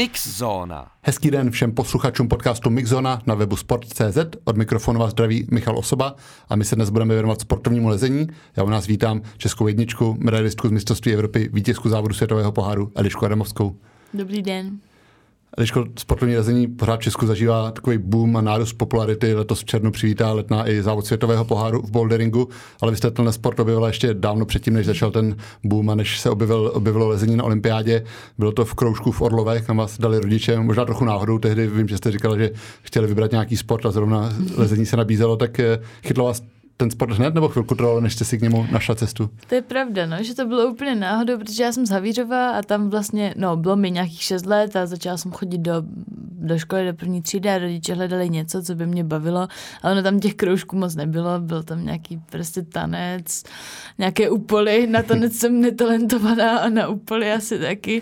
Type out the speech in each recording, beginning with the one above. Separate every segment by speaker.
Speaker 1: Mixzóna.
Speaker 2: Hezký den všem posluchačům podcastu Mixzóna na webu sport.cz. Od mikrofonu vás zdraví Michal Osoba a my se dnes budeme věnovat sportovnímu lezení. Já u nás vítám českou jedničku, medailistku z mistrovství Evropy, vítězku závodu světového poháru Elišku Adamovskou.
Speaker 3: Dobrý den.
Speaker 2: Eliško, sportovní lezení pořád v Česku zažívá takový boom a nárůst popularity. Letos v červnu přivítá letná i závod světového poháru v boulderingu, ale vy jste tenhle sport objevila ještě dávno předtím, než začal ten boom a než se objevilo lezení na olympiádě. Bylo to v kroužku v Orlovech, kam vás dali rodiče, možná trochu náhodou. Tehdy vím, že jste říkala, že chtěli vybrat nějaký sport a zrovna lezení se nabízelo, tak chytlo vás ten sport hned, nebo chvilku trvalo, než jste si k němu našla cestu?
Speaker 3: To je pravda, no, že to bylo úplně náhodou, protože já jsem z Havířova a tam vlastně, bylo mi nějakých 6 let a začala jsem chodit do školy, do první třídy a rodiče hledali něco, co by mě bavilo, ale ono tam těch kroužků moc nebylo, byl tam nějaký prostě tanec, nějaké úpoly, na tanec jsem netalentovaná a na úpoly asi taky.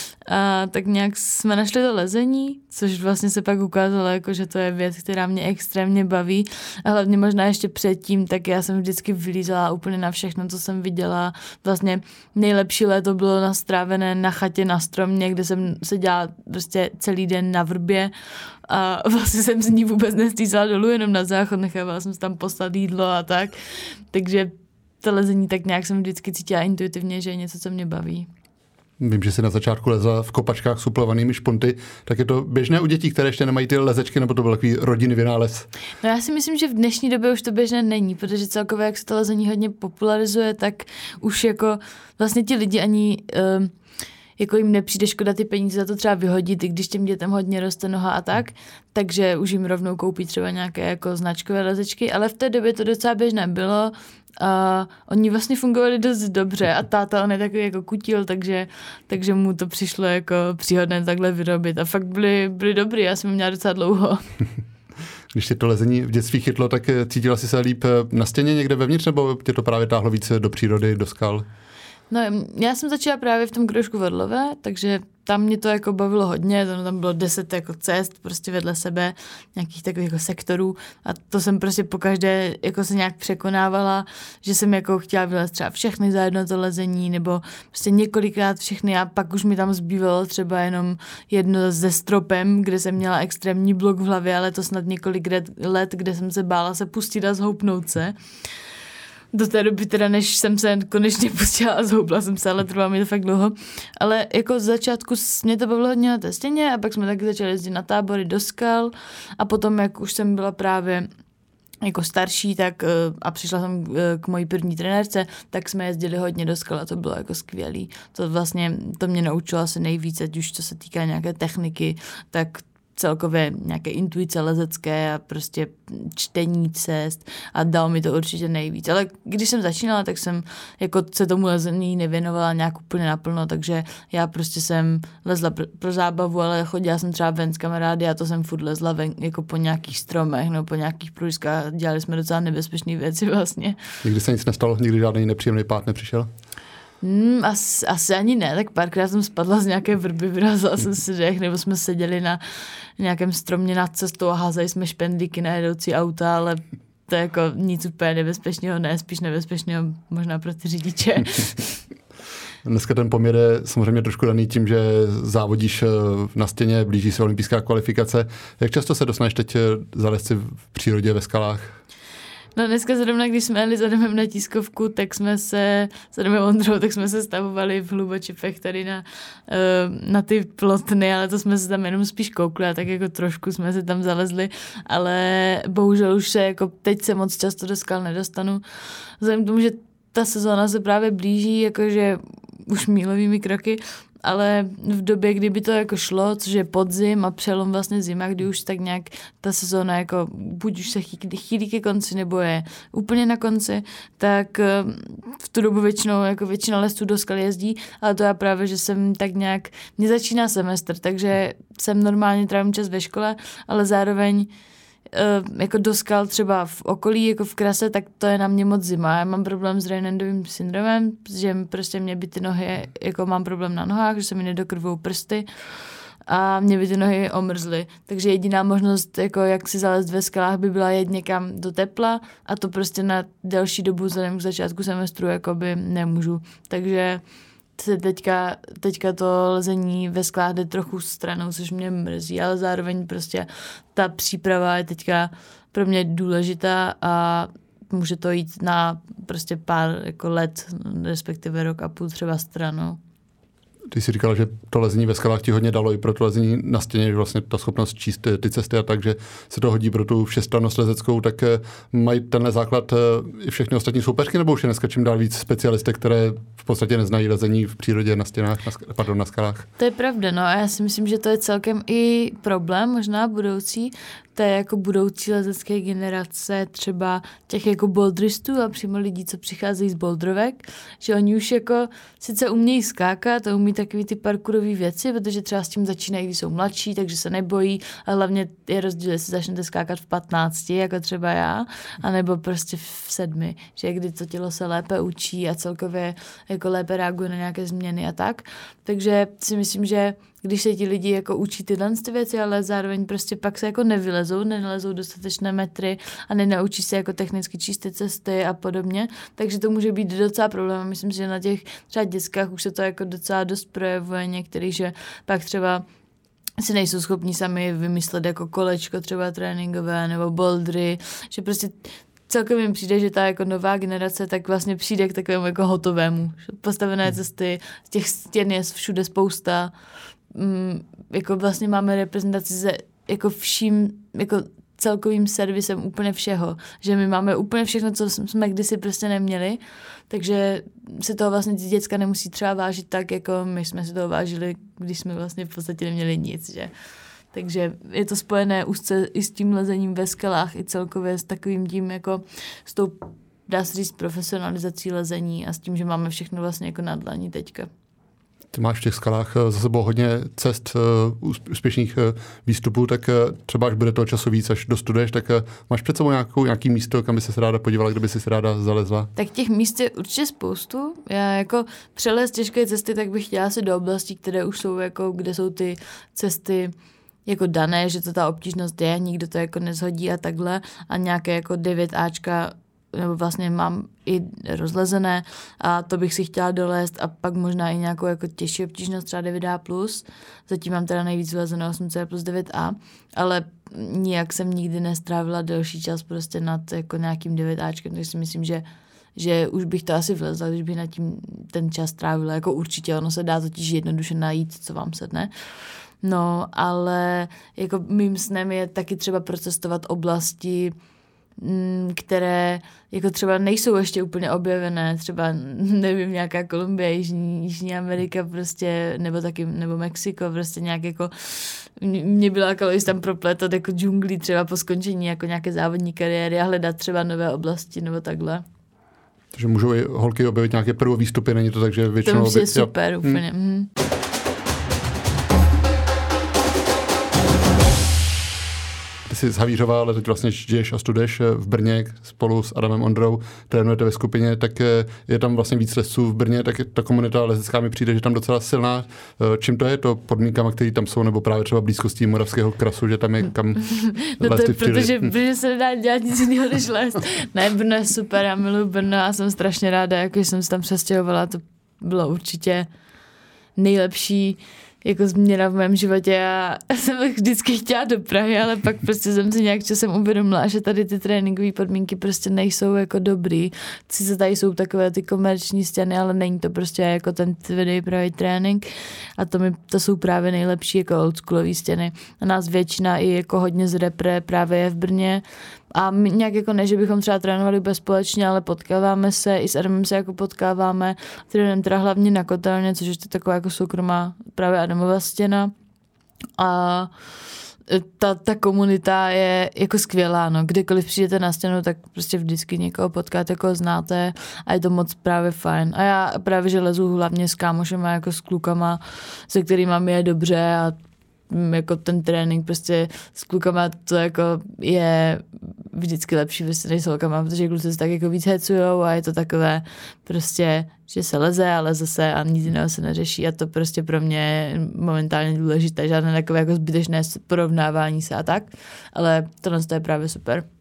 Speaker 3: A tak nějak jsme našli to lezení, což vlastně se pak ukázalo, jako, že to je věc, která mě extrémně baví. A hlavně možná ještě předtím, tak já jsem vždycky vylízala úplně na všechno, co jsem viděla. Vlastně nejlepší léto bylo nastrávené na chatě na stromě, kde jsem seděla prostě celý den na vrbě a vlastně jsem z ní vůbec nestýzala dolů, jenom na záchod, nechávala jsem si tam poslat jídlo a tak. Takže to lezení tak nějak jsem vždycky cítila intuitivně, že je něco, co mě baví.
Speaker 2: Vím, že jsi na začátku lezla v kopačkách suplovanými šponty, tak je to běžné u dětí, které ještě nemají ty lezečky, nebo to byl takový rodinný vynález?
Speaker 3: No já si myslím, že v dnešní době už to běžné není, protože celkově, jak se to lezení hodně popularizuje, tak už jako vlastně ti lidi ani jako jim nepřijde škoda ty peníze za to třeba vyhodit, i když těm dětem hodně roste noha a tak, takže už jim rovnou koupí třeba nějaké jako značkové lezečky, ale v té době to docela běžné bylo. A oni vlastně fungovali dost dobře a táta, on je takový jako kutil, takže mu to přišlo jako příhodné takhle vyrobit a fakt byli dobrý, já jsem měla docela dlouho.
Speaker 2: Když tě to lezení v dětství chytlo, tak cítila jsi se líp na stěně někde vevnitř, nebo tě to právě táhlo více do přírody, do skal?
Speaker 3: No, já jsem začala právě v tom kroužku v Orlové, takže tam mě to jako bavilo hodně, tam bylo 10 jako cest prostě vedle sebe, nějakých takových jako sektorů a to jsem prostě pokaždé jako se nějak překonávala, že jsem jako chtěla vylézt třeba všechny za jedno to lezení nebo prostě několikrát všechny a pak už mi tam zbývalo třeba jenom jedno se stropem, kde jsem měla extrémní blok v hlavě, ale to snad několik let, kde jsem se bála se pustit a zhoupnout se. Do té doby teda, než jsem se konečně pustila a zhoupla jsem se, ale trvalo mi to fakt dlouho. Ale jako z začátku mě to bavilo hodně na té stěně a pak jsme taky začali jezdit na tábory do skal a potom, jak už jsem byla právě jako starší, tak a přišla jsem k mojí první trenérce, tak jsme jezdili hodně do skal a to bylo jako skvělý. To mě naučilo asi nejvíc, ať už co se týká nějaké techniky, tak celkově nějaké intuice lezecké a prostě čtení cest a dalo mi to určitě nejvíc. Ale když jsem začínala, tak jsem jako se tomu lezení nevěnovala nějak úplně naplno, takže já prostě jsem lezla pro zábavu, ale chodila jsem třeba ven s kamarády a to jsem furt lezla ven jako po nějakých stromech nebo po nějakých průjskách. Dělali jsme docela nebezpečné věci vlastně.
Speaker 2: Nikdy se nic nestalo? Nikdy žádný nepříjemný pád nepřišel?
Speaker 3: Asi ani ne, tak párkrát jsem spadla z nějaké vrby, vyrazila jsem si dech, nebo jsme seděli na nějakém stromě nad cestou a házeli jsme špendlíky na jedoucí auta, ale to je jako nic úplně nebezpečného, ne, spíš nebezpečného možná pro ty řidiče.
Speaker 2: Dneska ten poměr je samozřejmě trošku daný tím, že závodíš na stěně, blíží se olympijská kvalifikace. Jak často se dostaneš teď zalézt si v přírodě, ve skalách?
Speaker 3: No dneska zrovna, když jsme jeli za Adamem na tiskovku, tak jsme se, s Adamem Ondrou, tak jsme se stavovali v Hlubočipech tady na ty plotny, ale to jsme se tam jenom spíš koukli a tak jako trošku jsme se tam zalezli, ale bohužel už se jako teď se moc často do skal nedostanu. Vzhledem k tomu, že ta sezóna se právě blíží, jakože už mílovými kroky, ale v době, kdyby to jako šlo, což je podzim a přelom vlastně zima, kdy už tak nějak ta sezóna jako buď už se chýlí ke konci, nebo je úplně na konci, tak v tu dobu většinou jako většina lezců do skal jezdí, ale to já právě, že jsem tak nějak, mně začíná semestr, takže jsem normálně trávím čas ve škole, ale zároveň jako do skal třeba v okolí, jako v krase, tak to je na mě moc zima. Já mám problém s Raynaudovým syndromem, že prostě mě by ty nohy, jako mám problém na nohách, že se mi nedokrvou prsty a mě by ty nohy omrzly. Takže jediná možnost, jako jak si zalézt ve skalách, by byla jet někam do tepla a to prostě na delší dobu vzhledem k začátku semestru jakoby nemůžu. Takže se teďka to lezení ve skalách jde trochu stranou, což mě mrzí, ale zároveň prostě ta příprava je teďka pro mě důležitá a může to jít na prostě pár jako let, respektive rok a půl třeba stranou.
Speaker 2: Ty jsi říkal, že to lezení ve skalách ti hodně dalo i pro to lezení na stěně, že vlastně ta schopnost číst ty cesty a tak, že se to hodí pro tu všestrannost lezeckou, tak mají tenhle základ i všechny ostatní soupeřky, nebo už je dneska čím dál víc specialistek, které v podstatě neznají lezení v přírodě na stěnách, na skalách?
Speaker 3: To je pravda, no a já si myslím, že to je celkem i problém, možná budoucí, té jako budoucí lezecké generace třeba těch jako bouldristů a přímo lidí, co přicházejí z bouldrovek, že oni už jako sice umějí skákat a umí takový ty parkourové věci, protože třeba s tím začínají, když jsou mladší, takže se nebojí, a hlavně je rozdíl, jestli začnete skákat v 15, jako třeba já, anebo prostě v 7, že kdy to tělo se lépe učí a celkově jako lépe reaguje na nějaké změny a tak. Takže si myslím, že když se ti lidi jako učí tyhle věci, ale zároveň prostě pak se jako nenalezou dostatečné metry a nenaučí se jako technicky číst ty cesty a podobně, takže to může být docela problém. Myslím si, že na těch třeba dětskách už se to jako docela dost projevuje některý, že pak třeba si nejsou schopni sami vymyslet jako kolečko třeba tréninkové nebo bouldry, že prostě celkově mi přijde, že ta jako nová generace tak vlastně přijde k takovému jako hotovému. Postavené cesty, z těch stěn je všude spousta. Jako vlastně máme reprezentaci se jako vším, jako celkovým servisem úplně všeho. Že my máme úplně všechno, co jsme kdysi prostě neměli, takže se toho vlastně děcka nemusí třeba vážit tak, jako my jsme si toho vážili, když jsme vlastně v podstatě neměli nic, že. Takže je to spojené úzce i s tím lezením ve skalách, i celkově s takovým tím, jako s tou, dá se říct, profesionalizací lezení a s tím, že máme všechno vlastně jako na dlani teďka.
Speaker 2: Ty máš v těch skalách za sebou hodně cest úspěšných výstupů, tak třeba až bude toho času víc, až dostuduješ, tak máš před sebou nějaký místo, kam by se ráda podívala, kde by si ráda zalezla?
Speaker 3: Tak těch míst je určitě spoustu. Já jako přelez těžké cesty, tak bych chtěla si do oblastí, které už jsou jako, kde jsou ty cesty jako dané, že to ta obtížnost je, nikdo to jako nezhodí a takhle a nějaké jako 9Ačka, nebo vlastně mám i rozlezené a to bych si chtěla dolézt a pak možná i nějakou jako těžší obtížnost, třeba 9A+. Zatím mám teda nejvíc vylezené 8C plus 9A, ale nijak jsem nikdy nestrávila delší čas prostě nad jako nějakým 9Ačkem, takže si myslím, že už bych to asi vlezla, když bych nad tím ten čas trávila, jako určitě, ono se dá totiž jednoduše najít, co vám sedne. No, ale jako mým snem je taky třeba procestovat oblasti, které jako třeba nejsou ještě úplně objevené, třeba nevím, nějaká Kolumbie, Jižní Amerika prostě, nebo Mexiko, prostě nějak jako mě byla jako tam propletat jako džunglí třeba po skončení jako nějaké závodní kariéry a hledat třeba nové oblasti nebo takhle.
Speaker 2: Takže můžou i holky objevit nějaké první výstupy, není to tak, že většinou...
Speaker 3: To je super, úplně.
Speaker 2: Jsi z Havířova, ale teď vlastně žiješ a studuješ v Brně spolu s Adamem Ondrou, trénujete ve skupině, tak je tam vlastně víc lezců v Brně, tak ta komunita lezecká mi přijde, že tam docela silná. Čím to je to podmínkama, které tam jsou, nebo právě třeba blízkostí Moravského krasu, že tam je kam
Speaker 3: no to je protože se nedá dělat nic jiného, než lézt. Ne, Brno je super, já miluji Brno a jsem strašně ráda, jako jsem se tam přestěhovala, to bylo určitě nejlepší jako změna v mém životě. Já jsem vždycky chtěla do Prahy, ale pak prostě jsem si nějak časem uvědomila, že tady ty tréninkové podmínky prostě nejsou jako dobrý. Sice tady jsou takové ty komerční stěny, ale není to prostě jako ten tvrdý pravý trénink a to jsou právě nejlepší jako oldschoolové stěny. A nás většina i jako hodně z repre právě je v Brně. A my nějak jako ne, že bychom třeba trénovali úplně společně, ale potkáváme se, i s Adamem se jako potkáváme, trénujeme teda hlavně na Kotelně, což je taková jako soukromá právě Adamova stěna. A ta komunita je jako skvělá, no. Kdekoliv přijdete na stěnu, tak prostě vždycky někoho potkáte, koho znáte a je to moc právě fajn. A já právě, že lezu hlavně s kámošema, jako s klukama, se kterými mi je dobře a jako ten trénink prostě s klukama to jako je vždycky lepší než s holkama, protože kluci se tak jako víc hecujou a je to takové prostě, že se leze a leze se a nic jiného se neřeší a to prostě pro mě je momentálně důležité, žádné takové jako zbytečné porovnávání se a tak, ale tohle je právě super.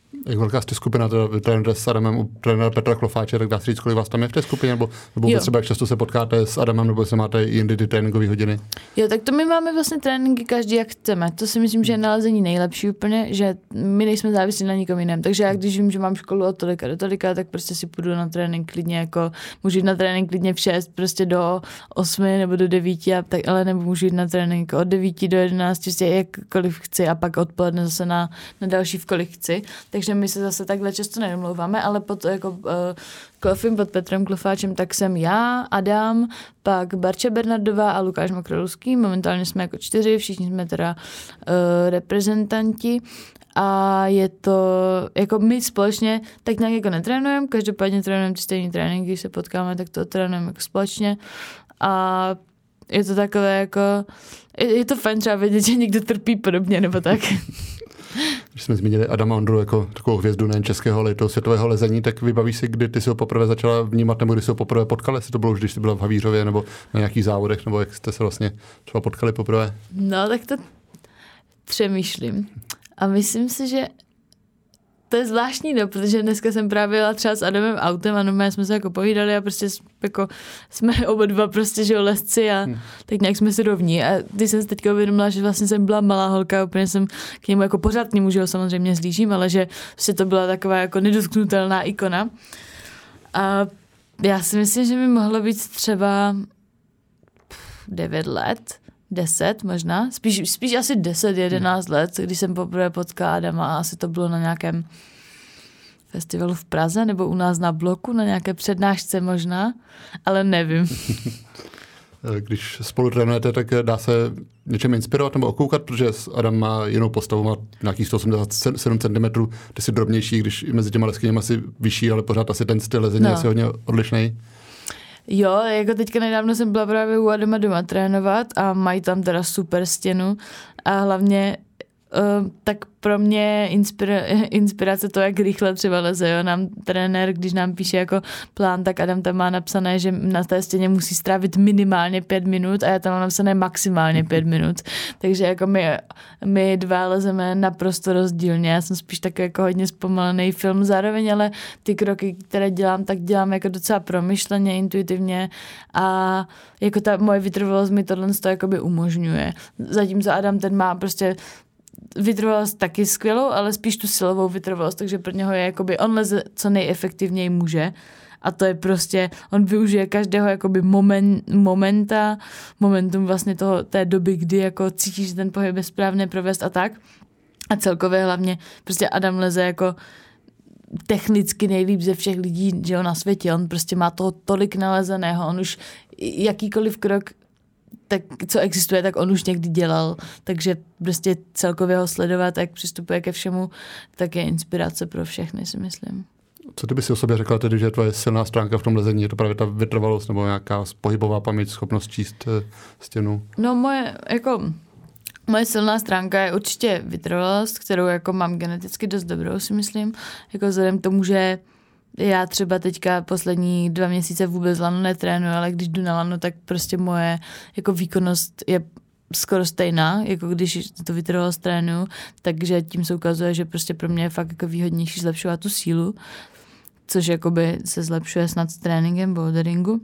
Speaker 2: Jak velká jste skupina, vy trénujete s Adamem u trenéra Petra Klofáče, tak dá se říct, kolik vás tam je v té skupině, nebo třeba jak často se potkáte s Adamem, nebo se máte jindy ty tréninkové hodiny?
Speaker 3: Jo, tak to my máme vlastně tréninky každý jak chceme. To si myslím, že je nalezení nejlepší úplně, že my nejsme závislí na nikom jiném. Takže já když vím, že mám školu od tolika do tolika, tak prostě si půjdu na trénink klidně jako, můžu jít na trénink klidně v 6, prostě do 8 nebo do 9, a tak, ale nebo můžu jít na trénink od 9 do 11, prostě jakkoliv chci a pak odpoledne zase na další v kolik chci. Takže my se zase takhle často nedomlouváme, ale pod jako Klofím pod Petrem Klofáčem, tak jsem já, Adam, pak Barča Bernardová a Lukáš Mokrolovský. Momentálně jsme jako 4, všichni jsme teda reprezentanti a je to, jako my společně tak nějak jako netrénujeme, každopádně trénujeme ty stejné tréninky, když se potkáme, tak to trénujeme jako společně a je to takové jako, je to fajn třeba vědět, že někdo trpí podobně nebo tak.
Speaker 2: Když jsme zmínili Adama Ondru jako takovou hvězdu nejen českého, ale i toho světového lezení, tak vybavíš si, kdy ty si ho poprvé začala vnímat, nebo kdy si ho poprvé potkali, jestli to bylo už, když jsi byla v Havířově, nebo na nějakých závodech, nebo jak jste se vlastně třeba potkali poprvé?
Speaker 3: No, tak to přemýšlím. A myslím si, že to je zvláštní, no, protože dneska jsem právě jela třeba s Adamem autem a normálně jsme se jako povídali a prostě jako jsme oba dva prostě, že lezci a tak nějak jsme si rovní. A když jsem se teďka uvědomila, že vlastně jsem byla malá holka, úplně jsem k němu jako pořád k němu, že ho samozřejmě zlížím, ale že prostě to byla taková jako nedotknutelná ikona. A já si myslím, že mi mohlo být třeba 9 let, 10 možná, spíš asi 10-11 let, když jsem poprvé potkala Adama a asi to bylo na nějakém festivalu v Praze nebo u nás na bloku, na nějaké přednášce možná, ale nevím.
Speaker 2: Když spolu trénujete, tak dá se něčem inspirovat nebo okoukat, protože Adam má jinou postavu, má nějakých 187 cm, ty jsi drobnější, když mezi těma leskyněma asi vyšší, ale pořád asi ten styl lezení je asi hodně odlišný.
Speaker 3: Jo, jako teďka nedávno jsem byla právě u Adama doma trénovat a mají tam teda super stěnu a hlavně tak pro mě inspirace to, jak rychle třeba leze, jo. Nám trenér, když nám píše jako plán, tak Adam tam má napsané, že na té stěně musí strávit minimálně 5 minut a já tam mám napsané maximálně 5 minut. Takže jako my dva lezeme naprosto rozdílně. Já jsem spíš takový jako hodně zpomalený film zároveň, ale ty kroky, které dělám, tak dělám jako docela promyšleně, intuitivně a jako ta moje vytrvalost mi tohle jakoby umožňuje. Zatímco Adam ten má prostě vytrvalost taky skvělou, ale spíš tu silovou vytrvalost, takže pro něho je jakoby, on leze co nejefektivněji může a to je prostě, on využije každého jakoby momentum vlastně té doby, kdy jako cítíš, že ten pohyb je správně provést a tak. A celkově hlavně prostě Adam leze jako technicky nejlíp ze všech lidí, že jo, na světě, on prostě má toho tolik nalezeného, on už jakýkoliv krok tak co existuje, tak on už někdy dělal, takže prostě celkově ho sledovat, jak přistupuje ke všemu, tak je inspirace pro všechny, si myslím.
Speaker 2: Co ty by si o sobě řekla tedy, že je tvoje silná stránka v tom lezení? Je to právě ta vytrvalost nebo nějaká pohybová paměť, schopnost číst stěnu?
Speaker 3: No moje silná stránka je určitě vytrvalost, kterou jako mám geneticky dost dobrou, si myslím. Jako vzhledem k tomu, že já třeba teďka poslední 2 měsíce vůbec lano netrénuji, ale když jdu na lano, tak prostě moje jako výkonnost je skoro stejná, jako když to vytrvalost trénuju, takže tím se ukazuje, že prostě pro mě je fakt jako výhodnější zlepšovat tu sílu, což jakoby se zlepšuje snad s tréninkem boulderingu.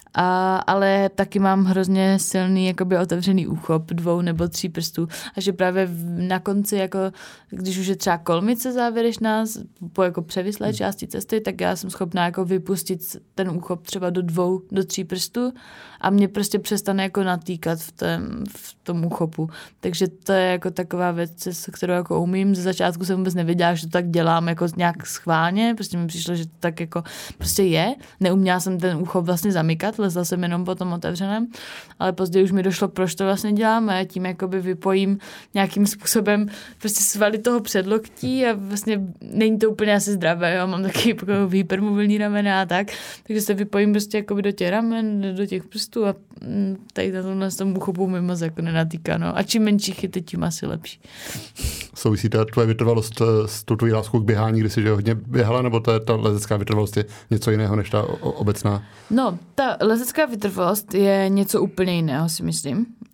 Speaker 3: Ale taky mám hrozně silný jakoby otevřený úchop 2 nebo 3 prstů a že právě na konci, jako, když už je třeba kolmice závěrečná po jako převislé části cesty, tak já jsem schopná jako vypustit ten úchop třeba do 2, do 3 prstů a mě prostě přestane jako natýkat v tom úchopu. Takže to je jako taková věc, kterou jako umím. Ze začátku jsem vůbec nevěděla, že to tak dělám jako nějak schválně, prostě mi přišlo, že to tak jako prostě je. Neuměla jsem ten úchop vlastně zamykat, lezla jsem jenom po tom otevřeném, ale později už mi došlo, proč to vlastně děláme. Tím jakoby vypojím nějakým způsobem prostě svaly toho předloktí a vlastně není to úplně asi zdravé, jo? Mám taky jako hypermobilní ramena a tak, takže se vypojím prostě jakoby do těch ramen, do těch prstů a tady na tomhle tom uchopu mi moc jako nenatýká, no. A čím menší chyty, tím asi lepší.
Speaker 2: Souvisí ta tvoje vytrvalost s tou tvojí láskou k běhání, kdy jsi že hodně běhala, nebo ta lezecká vytrvalost je něco jiného než ta obecná?
Speaker 3: No, ta lezecká vytrvalost je něco úplně jiného, si myslím.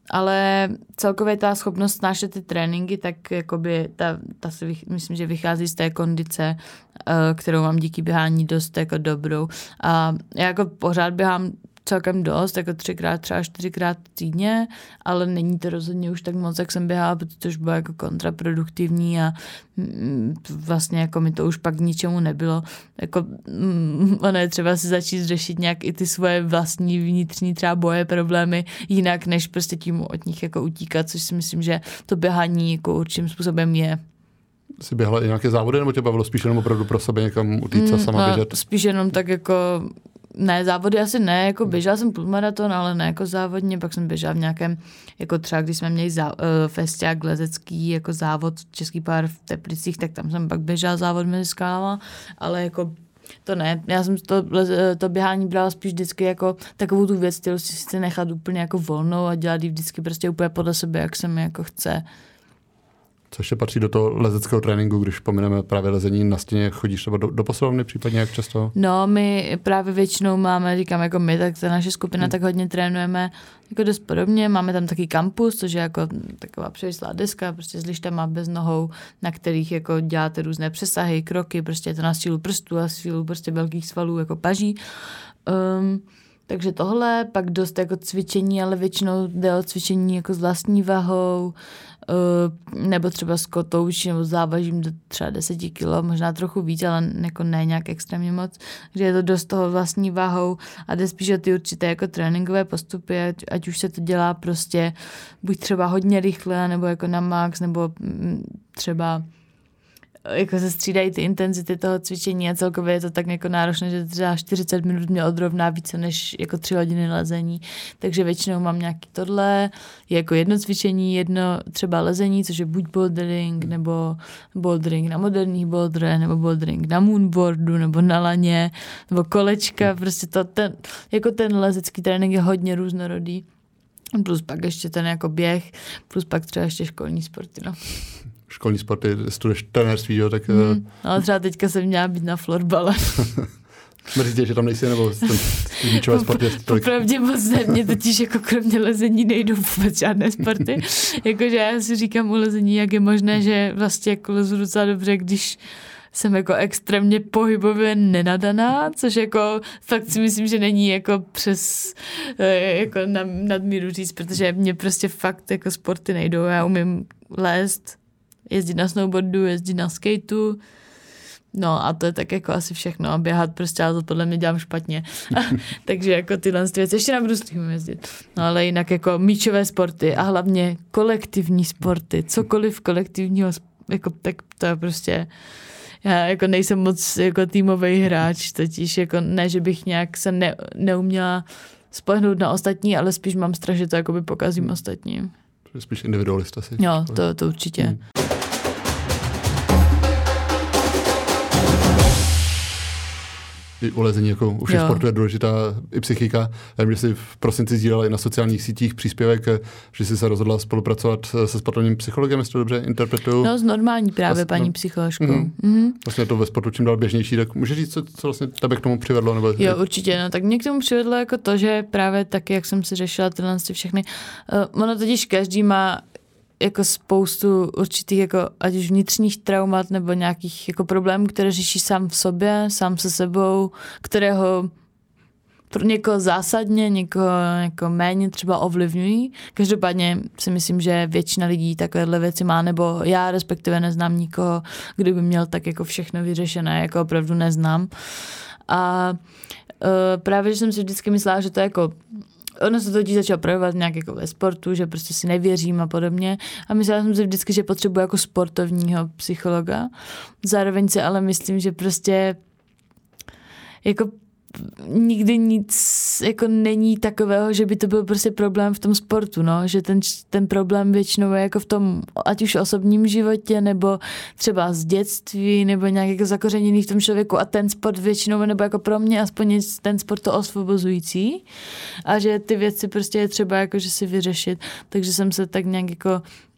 Speaker 3: Ale celkově ta schopnost snášet ty tréninky, tak jakoby ta si myslím, že vychází z té kondice, kterou mám díky běhání dost jako dobrou. A já jako pořád běhám celkem dost, jako 3x, třeba 4x týdně, ale není to rozhodně už tak moc, jak jsem běhala, protože to už bylo jako kontraproduktivní a vlastně jako mi to už pak ničemu nebylo. Jako ono je třeba si začít řešit nějak i ty svoje vlastní vnitřní třeba boje, problémy jinak, než prostě tím od nich jako utíkat, což si myslím, že to běhání jako určitým způsobem je.
Speaker 2: Jsi běhala i nějaké závody, nebo tě bavilo spíš jenom opravdu pro sebe někam utýct a sama běžet?
Speaker 3: Spíš jenom tak jako ne, závody asi ne, jako běžela jsem půlmaraton, ale ne jako závodně, pak jsem běžela v nějakém, jako třeba když jsme měli festiák lezecký, jako závod Český pár v Teplicích, tak tam jsem pak běžela závod mezi skálama, ale jako to ne, já jsem to běhání brala spíš vždycky jako takovou tu věc, kterou si chci nechat úplně jako volnou a dělat ji vždycky prostě úplně podle sebe, jak se mi jako chce.
Speaker 2: Co ještě patří do toho lezeckého tréninku, když pomineme právě lezení na stěně, chodíš třeba do posilovny případně, jak často?
Speaker 3: No, my právě většinou máme, říkám jako my, tak ta naše skupina tak hodně trénujeme jako dost podobně. Máme tam taky kampus, což je jako taková převislá deska, prostě s lištama bez nohou, na kterých jako děláte různé přesahy, kroky, prostě je to na sílu prstů a sílu prostě velkých svalů jako paží. Takže tohle, pak dost jako cvičení, ale většinou jde o cvičení jako s vlastní vahou, nebo třeba s kotouč, nebo závažím do třeba 10 kg, možná trochu víc, ale jako ne nějak extrémně moc, že je to dost toho vlastní váhou a jde spíš o ty určité jako tréninkové postupy, ať už se to dělá prostě buď třeba hodně rychle, nebo jako na max, nebo třeba jako se střídají ty intenzity toho cvičení a celkově je to tak jako náročné, že třeba 40 minut mě odrovná více než jako 3 hodiny lezení. Takže většinou mám nějaký tohle, jako jedno cvičení, jedno třeba lezení, což je buď bouldering, nebo bouldering na moderních boulderech, nebo bouldering na moonboardu, nebo na laně, nebo kolečka, prostě ten lezecký trénink je hodně různorodý. Plus pak ještě ten jako běh, plus pak třeba ještě školní sporty, no.
Speaker 2: Školní sporty, studuješ trenérství, jo, tak...
Speaker 3: Ale třeba teďka jsem měla být na florbale.
Speaker 2: Mrzí tě, že tam nejsi, nebo ten míčové sporty?
Speaker 3: Popravdě moc ne, mě totiž jako kromě lezení nejdou vůbec žádné sporty. Jakože já si říkám u lezení, jak je možné, že vlastně jako lezu docela dobře, když jsem jako extrémně pohybově nenadaná, což jako fakt si myslím, že není jako přes jako nadmíru říct, protože mě prostě fakt jako sporty nejdou. Já umím lézt, jezdit na snowboardu, jezdit na skateu, no a to je tak jako asi všechno a běhat prostě, ale to podle mě dělám špatně. Takže jako tyhle věci, ještě na bruslích umím jezdit. No ale jinak jako míčové sporty a hlavně kolektivní sporty, cokoliv kolektivního, jako tak to je prostě, já jako nejsem moc jako týmový hráč, totiž jako ne, že bych nějak se neuměla spolehnout na ostatní, ale spíš mám strach, že to jakoby pokazím ostatním.
Speaker 2: Spíš individualista si.
Speaker 3: Jo, to určitě.
Speaker 2: U lezení jako u všech sportů je důležitá i psychika. Já vím, že jsi v prosinci sdílela i na sociálních sítích příspěvek, že jsi se rozhodla spolupracovat se sportovním psychologem, jestli to dobře interpretuju.
Speaker 3: No, s normální právě paní psycholožkou.
Speaker 2: Vlastně to ve sportu čím dál běžnější, tak můžeš říct, co vlastně tebe k tomu přivedlo? Nebo...
Speaker 3: Jo, určitě, no tak mě k tomu přivedlo jako to, že právě taky, jak jsem si řešila tyhle všechny, ono totiž každý má jako spoustu určitých jako ať už vnitřních traumat nebo nějakých jako problémů, které řeší sám v sobě, sám se sebou, kterého pro někoho zásadně, někoho jako méně třeba ovlivňují. Každopádně si myslím, že většina lidí takovéhle věci má, nebo já respektive neznám nikoho, kdo by měl tak jako všechno vyřešené, jako opravdu neznám. A právě, že jsem si vždycky myslela, že to jako ono se totiž začalo projevovat nějak jako ve sportu, že prostě si nevěřím a podobně. A myslela jsem si vždycky, že potřebuji jako sportovního psychologa. Zároveň si ale myslím, že prostě jako nikdy nic jako není takového, že by to byl prostě problém v tom sportu, no, že ten problém většinou je jako v tom, ať už osobním životě, nebo třeba z dětství, nebo nějak jako zakořeněný v tom člověku a ten sport většinou, nebo jako pro mě aspoň je ten sport to osvobozující a že ty věci prostě je třeba jako, že si vyřešit, takže jsem se tak nějak jako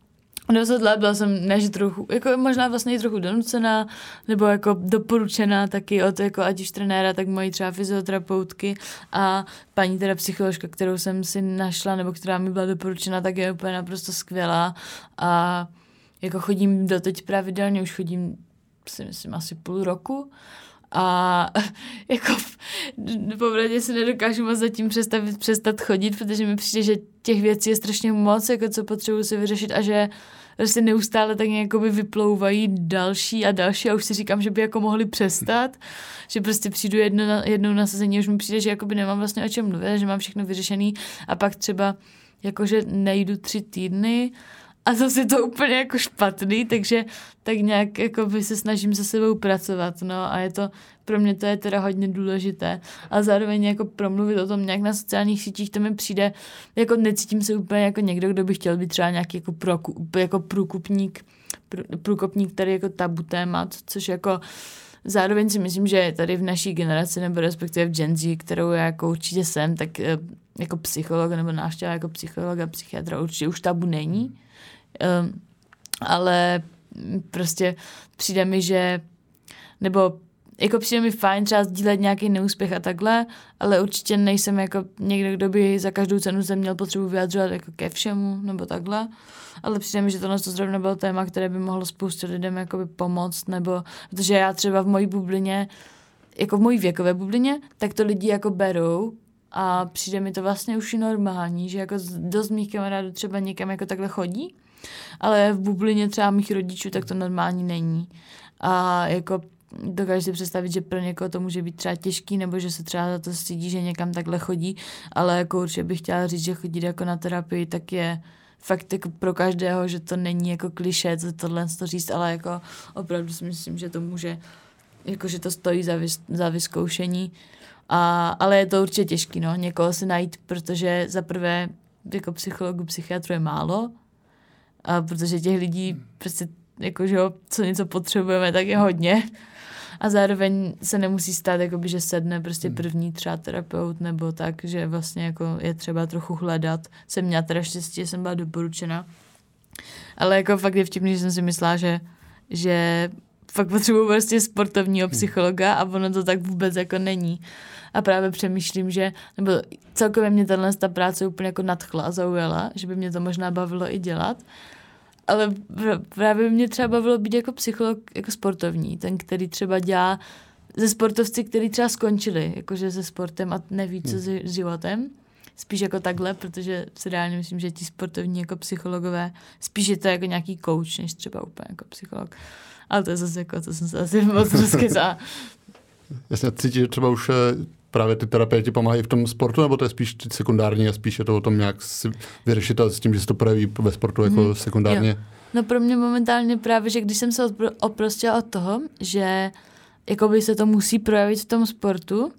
Speaker 3: byla jsem, ne, že trochu, jako možná vlastně i trochu donucená, nebo jako doporučená taky od jako ať už trenéra, tak mojí třeba fyzioterapeutky a paní teda psycholožka, kterou jsem si našla, nebo která mi byla doporučena, tak je úplně naprosto skvělá a jako chodím doteď pravidelně, už chodím si myslím asi půl roku a jako popravdě si nedokážu moc zatím přestat chodit, protože mi přijde, že těch věcí je strašně moc, jako co potřebuji si vyřešit a že prostě neustále tak nějakoby vyplouvají další a další a už si říkám, že by jako mohli přestat, že prostě přijdu jednou na sezení, už mi přijde, že jakoby nemám vlastně o čem mluvit, že mám všechno vyřešený a pak třeba jakože nejdu 3 týdny a zase to úplně jako špatný, takže tak nějak jakoby se snažím se sebou pracovat, no a je to, pro mě to je teda hodně důležité a zároveň jako promluvit o tom nějak na sociálních sítích, to mi přijde, jako necítím se úplně jako někdo, kdo by chtěl být třeba nějaký jako průkopník tady jako tabu témat, což jako zároveň si myslím, že tady v naší generaci nebo respektive v Gen Z, kterou já jako určitě jsem, tak jako psycholog nebo návštěva jako psychologa, psychiatra určitě už tabu není. Ale prostě přijde mi, že nebo jako přijde mi fajn třeba sdílet nějaký neúspěch a takhle, ale určitě nejsem jako někdo, kdo by za každou cenu se měl potřebu vyjadřovat jako ke všemu nebo takhle, ale přijde mi, že tohle to zrovna bylo téma, které by mohlo spoustě lidem jakoby pomoct, nebo protože já třeba v mojí bublině, jako v mojí věkové bublině, tak to lidi jako berou a přijde mi to vlastně už i normální, že jako dost mých kamarádů třeba někam jako takhle chodí, ale v bublině třeba mých rodičů tak to normální není. A jako dokážu si představit, že pro někoho to může být třeba těžký, nebo že se třeba za to stydí, že někam takhle chodí, ale jako určitě bych chtěla říct, že chodit jako na terapii, tak je fakt jako pro každého, že to není jako klišé tohle říct, ale jako opravdu si myslím, že to může, jako že to stojí za vyzkoušení. Ale je to určitě těžký, no, někoho si najít, protože za prvé jako psychologů, psychiatrů je málo, a protože těch lidí prostě jako, že jo, co něco potřebujeme, tak je hodně. A zároveň se nemusí stát, jakoby, že sedne prostě první třeba terapeut nebo tak, že vlastně jako je třeba trochu hledat. Jsem měla teda štěstí, že jsem byla doporučena. Ale jako fakt je vtipný, že jsem si myslela, že fakt potřebuji prostě sportovního psychologa a ono to tak vůbec jako není. A právě přemýšlím, že, nebo celkově mě ta práce úplně jako nadchla a zaujala, že by mě to možná bavilo i dělat. Ale právě mě třeba bavilo být jako psycholog, jako sportovní, ten, který třeba dělá ze sportovci, který třeba skončili, jakože se sportem a neví, co s životem. Spíš jako takhle, protože si reálně myslím, že ti sportovní jako psychologové, spíš je to jako nějaký coach, než třeba úplně jako psycholog. Ale to je zase jako, to jsem se asi moc rozkycala.
Speaker 2: Jasně, cítíš, že třeba už právě ty terapie ti pomáhají v tom sportu, nebo to je spíš sekundární a spíš je to o tom nějak si vyřešit s tím, že se to projeví ve sportu jako sekundárně?
Speaker 3: Jo. No pro mě momentálně právě, že když jsem se oprostila od toho, že jakoby se to musí projevit v tom sportu,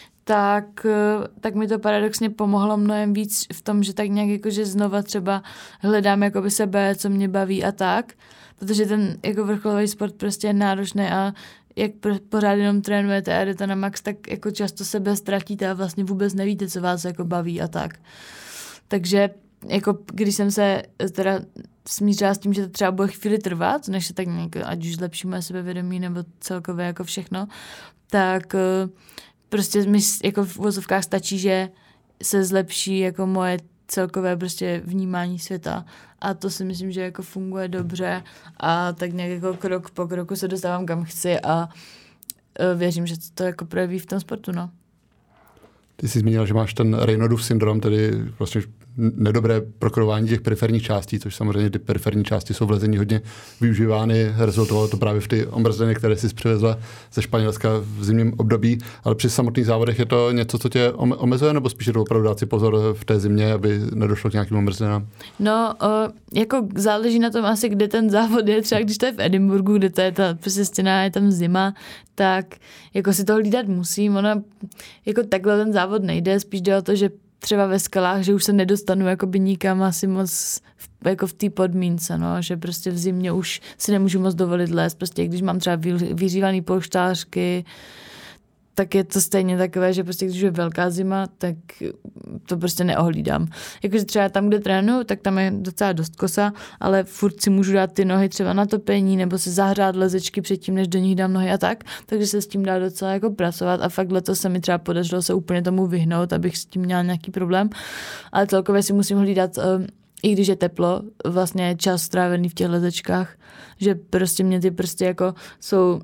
Speaker 3: tak mi to paradoxně pomohlo mnohem víc v tom, že tak nějak jakože znova třeba hledám jakoby sebe, co mě baví a tak, protože ten jako vrcholový sport prostě je náročný a jak pořád jenom trénujete a jdete na max, tak jako často sebe ztratíte a vlastně vůbec nevíte, co vás jako baví a tak. Takže jako když jsem se teda smířila s tím, že to třeba bude chvíli trvat, než se tak nějak, ať už zlepšíme sebevědomí nebo celkově jako všechno, tak prostě mi jako v uvozovkách stačí, že se zlepší jako moje celkové prostě vnímání světa a to si myslím, že jako funguje dobře a tak nějak jako krok po kroku se dostávám kam chci a věřím, že to jako projeví v tom sportu, no.
Speaker 2: Ty jsi zmínila, že máš ten Raynaudův syndrom, tedy vlastně nedobré prokrojování těch periferních částí, což samozřejmě ty periferní části jsou v lezení hodně využívány. Rezultovalo to právě v ty omrzliny, které jsi přivezla ze Španělska v zimním období, ale při samotných závodech je to něco, co tě omezuje, nebo spíš je to opravdu dát si pozor v té zimě, aby nedošlo k nějakým omrzlinám?
Speaker 3: No, jako záleží na tom asi, kde ten závod je. Třeba když to je v Edinburgu, kde to je ta prostě stěna, je tam zima, tak jako si to hlídat musím. Ona jako takhle ten závod nejde, spíš jde o to, že třeba ve skalách, že už se nedostanu jakoby nikam asi moc jako v té podmínce, no, že prostě v zimě už si nemůžu moc dovolit lézt, prostě když mám třeba vyřívaný polštářky, tak je to stejně takové, že prostě když je velká zima, tak to prostě neohlídám. Jakože třeba tam, kde trénuju, tak tam je docela dost kosa, ale furt si můžu dát ty nohy třeba na topení nebo se zahřát lezečky předtím, než do nich dám nohy a tak, takže se s tím dá docela jako pracovat a fakt letos se mi třeba podařilo se úplně tomu vyhnout, abych s tím měla nějaký problém, ale celkově si musím hlídat, i když je teplo, vlastně čas strávený v těch lezečkách, že prostě mě ty prsty jako jsou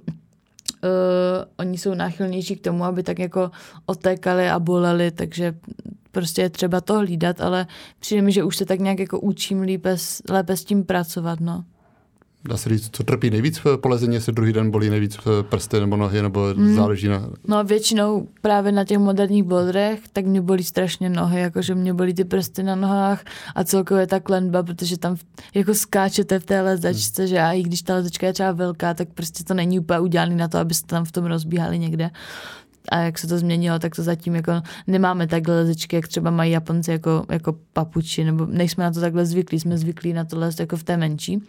Speaker 3: oni jsou náchylnější k tomu, aby tak jako otékali a boleli, takže prostě je třeba to hlídat, ale přijde mi, že už se tak nějak jako učím lépe s tím pracovat, no.
Speaker 2: Dá se říct, co trpí nejvíc po lezení, jestli druhý den bolí nejvíc prsty nebo nohy, nebo záleží na...
Speaker 3: No většinou právě na těch moderních boulderech, tak mě bolí strašně nohy, jakože mě bolí ty prsty na nohách a celkově ta klenba, protože tam jako skáčete v té lezečce, že a i když ta lezečka je třeba velká, tak prostě to není úplně udělané na to, abyste tam v tom rozbíhali někde. A jak se to změnilo, tak to zatím jako nemáme takhle lezečky, jak třeba mají Japonci jako papuči, nebo nejsme na to takhle zvyklí, jsme zvyklí na to lézt jako v té menší.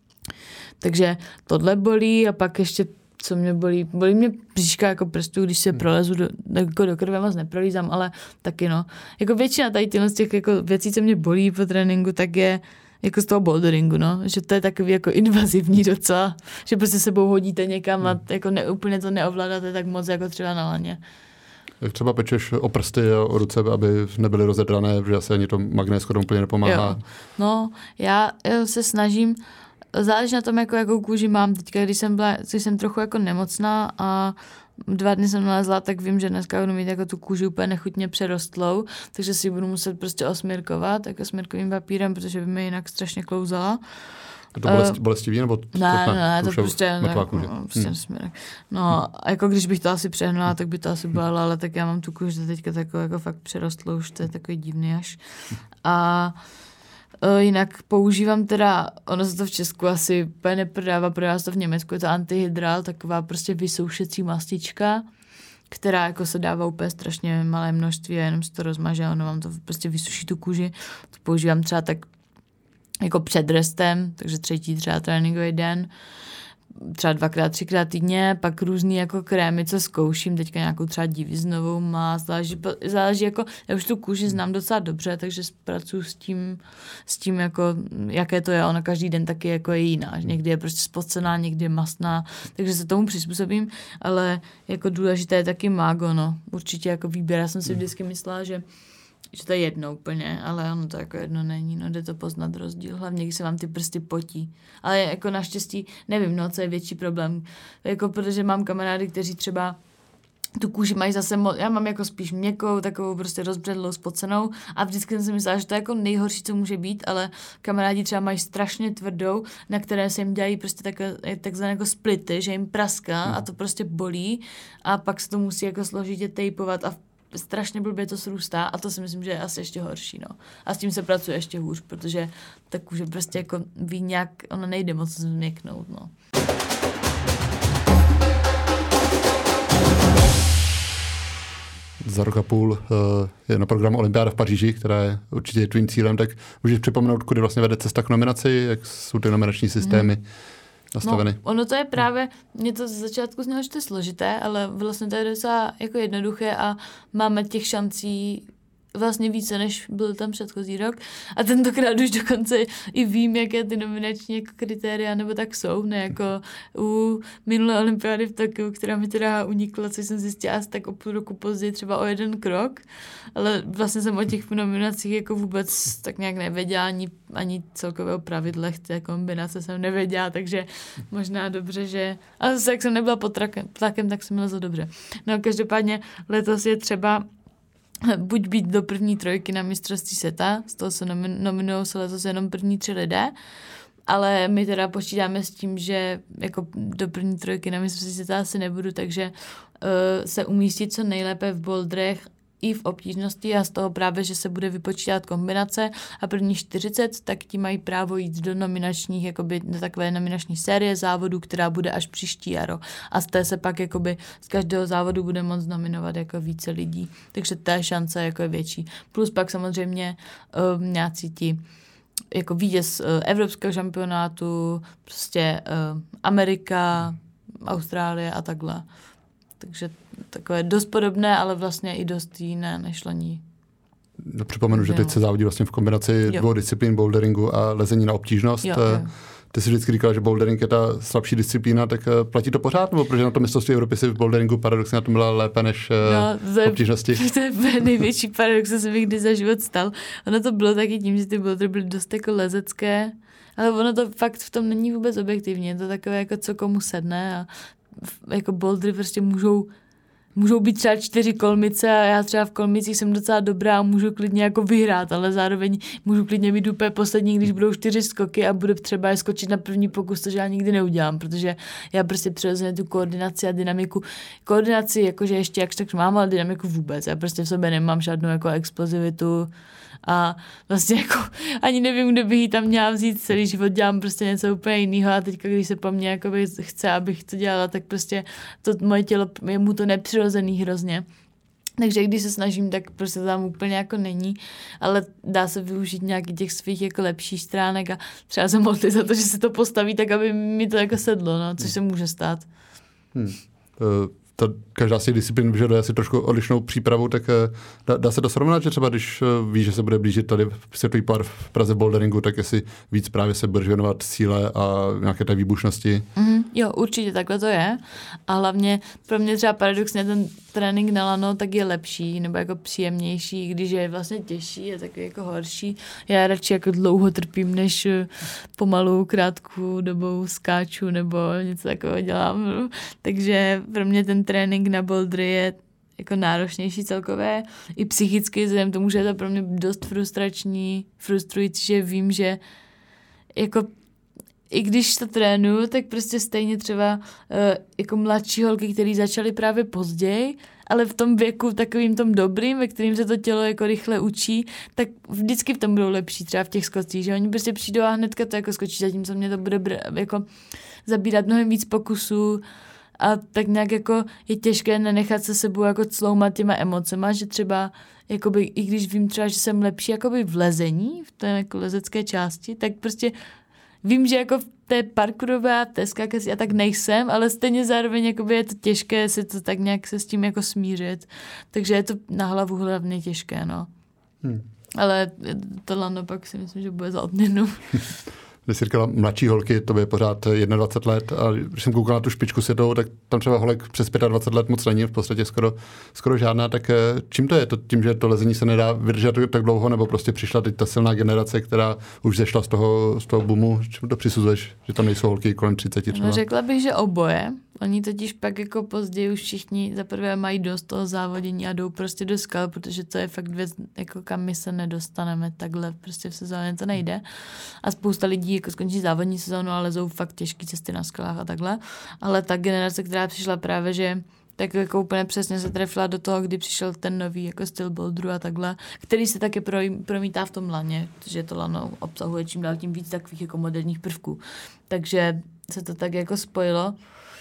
Speaker 3: Takže tohle bolí a pak ještě, co mě bolí mě bříška jako prstů, když se prolezu do krve, moc neprolízám, ale taky no. Jako většina tady z těch jako věcí, co mě bolí po tréninku, tak je jako z toho boulderingu, no. Že to je takový jako invazivní docela, že prostě sebou hodíte někam a jako úplně to neovládáte tak moc jako třeba na laně.
Speaker 2: Jak třeba pečeš o prsty a o ruce, aby nebyly rozedrané, protože asi ani to magnésko úplně nepomáhá.
Speaker 3: Jo. No, já se snažím. Záleží na tom, jakou kůži mám. Teďka, když jsem trochu jako nemocná a 2 dny jsem nalezla, tak vím, že dneska budu mít jako tu kůži úplně nechutně přerostlou, takže si budu muset prostě osmirkovat jako smírkovým papírem, protože by mi jinak strašně klouzala.
Speaker 2: Je to bolestivý nebo?
Speaker 3: Ne, to prostě smírek. No, jako když bych to asi přehnala, tak by to asi bolelo, ale tak já mám tu kůži teďka takovou jako fakt přerostlou, už to je takový divný až. A jinak používám teda, ono se to v Česku asi úplně neprodává se to v Německu, je to antihydral, taková prostě vysoušecí mastička, která jako se dává úplně strašně malé množství a jenom se to rozmaže a ono vám to prostě vysuší tu kůži. To používám třeba tak jako před restem, takže 3. třeba tréninkový den, třeba 2x, 3x týdně, pak různý jako krémy, co zkouším, teďka nějakou třeba diviznovou mast, záleží jako, já už tu kůži znám docela dobře, takže pracuji s tím jako, jaké to je, ona každý den taky jako je jiná, někdy je prostě spocená, někdy je mastná, takže se tomu přizpůsobím, ale jako důležité je taky mágo, no, určitě jako výběr, já jsem si vždycky myslela, že to je jedno úplně, ale ono to jako jedno není, no jde to poznat rozdíl, hlavně když se vám ty prsty potí. Ale jako naštěstí nevím, no, co je větší problém, jako protože mám kamarády, kteří třeba tu kůži mají zase, já mám jako spíš měkkou, takovou prostě rozbředlou, spocenou a vždycky jsem si myslela, že to je jako nejhorší, co může být, ale kamarádi třeba mají strašně tvrdou, na které se jim dělají prostě takzvané jako splity, že jim praská a to prostě bolí a pak se to musí jako složitě tejpovat a strašně blbě to srůstá a to si myslím, že je asi ještě horší, no. A s tím se pracuje ještě hůř, protože ta kůže prostě jako ví nějak, ona nejde moc změknout, no.
Speaker 2: Za rok a půl je na programu Olympiáda v Paříži, která je určitě tvým cílem, tak můžeš připomenout, kudy vlastně vede cesta k nominaci, jak jsou ty nominační systémy nastaveny?
Speaker 3: No, ono to je právě, mě to ze začátku znělo, že to je složité, ale vlastně to je docela jako jednoduché a máme těch šancí vlastně více, než byl tam předchozí rok. A tentokrát už dokonce i vím, jaké ty nominační jako kritéria nebo tak jsou, ne jako u minulé olympiády v Tokiu, která mi teda unikla, což jsem zjistila asi tak o půl roku později, třeba o 1 krok, ale vlastně jsem o těch nominacích jako vůbec tak nějak nevěděla, ani celkově o pravidlech té kombinace jsem nevěděla, takže možná dobře, že... A zase, jak jsem nebyla pod tlakem, tak jsem lezla dobře. No každopádně letos je třeba buď být do první 3 na mistrovství světa, z toho se nominují se letos jenom první 3 lidé, ale my teda počítáme s tím, že jako do první 3 na mistrovství světa asi nebudu, takže se umístit co nejlépe v boulderech i v obtížnosti a z toho právě, že se bude vypočítat kombinace a první 40, tak ti mají právo jít do nominačních, jakoby do takové nominační série závodů, která bude až příští jaro. A z té se pak jakoby z každého závodu bude moct nominovat jako více lidí. Takže ta šance jako je větší. Plus pak samozřejmě nějací ti jako vítěz evropského šampionátu, prostě Amerika, Austrálie a takhle. takže takové dost podobné, ale vlastně i dost jiné než loni.
Speaker 2: No, připomenu, že teď se závodí vlastně v kombinaci dvou disciplín, boulderingu a lezení na obtížnost. Jo. Ty jsi vždycky říkala, že bouldering je ta slabší disciplína, tak platí to pořád? Nebo protože na to mistrovství Evropy si v boulderingu paradoxně na tom byla lépe než obtížnosti?
Speaker 3: To je největší paradox, co se mi kdy za život stal. Ono to bylo taky tím, že ty bouldery byly dost jako lezecké, ale ono to fakt v tom není vůbec objektivně. Je to takové, jako co komu sedne a jako bouldery prostě můžou být třeba 4 kolmice a já třeba v kolmicích jsem docela dobrá a můžu klidně jako vyhrát, ale zároveň můžu klidně být úplně poslední, když budou 4 skoky a budu třeba je skočit na první pokus, to že já nikdy neudělám, protože já prostě přirozeně tu koordinaci a dynamiku, koordinaci jakože ještě jakž tak mám, ale dynamiku vůbec, já prostě v sobě nemám žádnou jako explozivitu a vlastně jako ani nevím, kde bych ji tam měla vzít, celý život dělám prostě něco úplně jiného a teďka, když se po mně jakoby chce, abych to dělala, tak prostě to moje tělo, je mu to nepřirozený hrozně. Takže když se snažím, tak prostě tam úplně jako není, ale dá se využít nějaký těch svých jako lepších stránek a třeba se modlit za to, že se to postaví tak, aby mi to jako sedlo, no, což se může stát.
Speaker 2: Každá z těch disciplín vyžaduje asi trošku odlišnou přípravu, tak dá se to srovnat, že třeba když víš, že se bude blížit tady světový pohár v Praze v boulderingu, tak jestli víc právě se budeš věnovat síle a nějaké té výbušnosti?
Speaker 3: Jo, určitě takhle to je. A hlavně pro mě třeba paradoxně ten trénink na lano tak je lepší nebo jako příjemnější, když je vlastně těžší, je takový jako horší. Já radši jako dlouho trpím, než pomalu krátkou dobou skáču nebo něco takového dělám. Takže pro mě ten trénink na bouldry je jako náročnější celkové i psychicky, vzhledem tomu, že je to pro mě dost frustrující, že vím, že jako i když to trénuju, tak prostě stejně třeba jako mladší holky, které začaly právě později, ale v tom věku takovým tom dobrým, ve kterým se to tělo jako rychle učí, tak vždycky v tom budou lepší, třeba v těch skocích, že oni prostě přijdou a hnedka to jako skočí, zatímco mě to bude jako zabírat mnohem víc pokusů a tak nějak jako je těžké nenechat se sebou jako cloumat těma emocema, že třeba jakoby, i když vím třeba, že jsem lepší jakoby v lezení, v té jako lezecké části, tak prostě vím, že jako v té parkourové a té skákací já tak nejsem, ale stejně zároveň jakoby je to těžké si to tak nějak se s tím jako smířit. Takže je to na hlavu hlavně těžké, no. Ale to lano pak si myslím, že bude za odměnu.
Speaker 2: Když jsi říkala mladší holky, to je pořád 21 let a když jsem koukal na tu špičku světovou, tak tam třeba holek přes 25 let moc není, v podstatě skoro žádná, tak čím to je? To tím, že to lezení se nedá vydržet tak dlouho, nebo prostě přišla teď ta silná generace, která už zešla z toho boomu, čím to přisuzuješ, že tam nejsou holky kolem 30 třeba?
Speaker 3: No, řekla bych, že oboje. Oni totiž pak jako později už všichni zaprvé mají dost toho závodění a jdou prostě do skal, protože to je fakt věc, jako kam my se nedostaneme takhle, prostě v sezóně to nejde. A spousta lidí jako skončí závodní sezónu a lezou fakt těžké cesty na skalách a takhle. Ale ta generace, která přišla právě, že tak jako úplně přesně se trefila do toho, kdy přišel ten nový jako styl boulderu a takhle, který se taky promítá v tom laně, protože to lano obsahuje čím dál tím víc takových jako moderních prvků. Takže se to tak jako spojilo.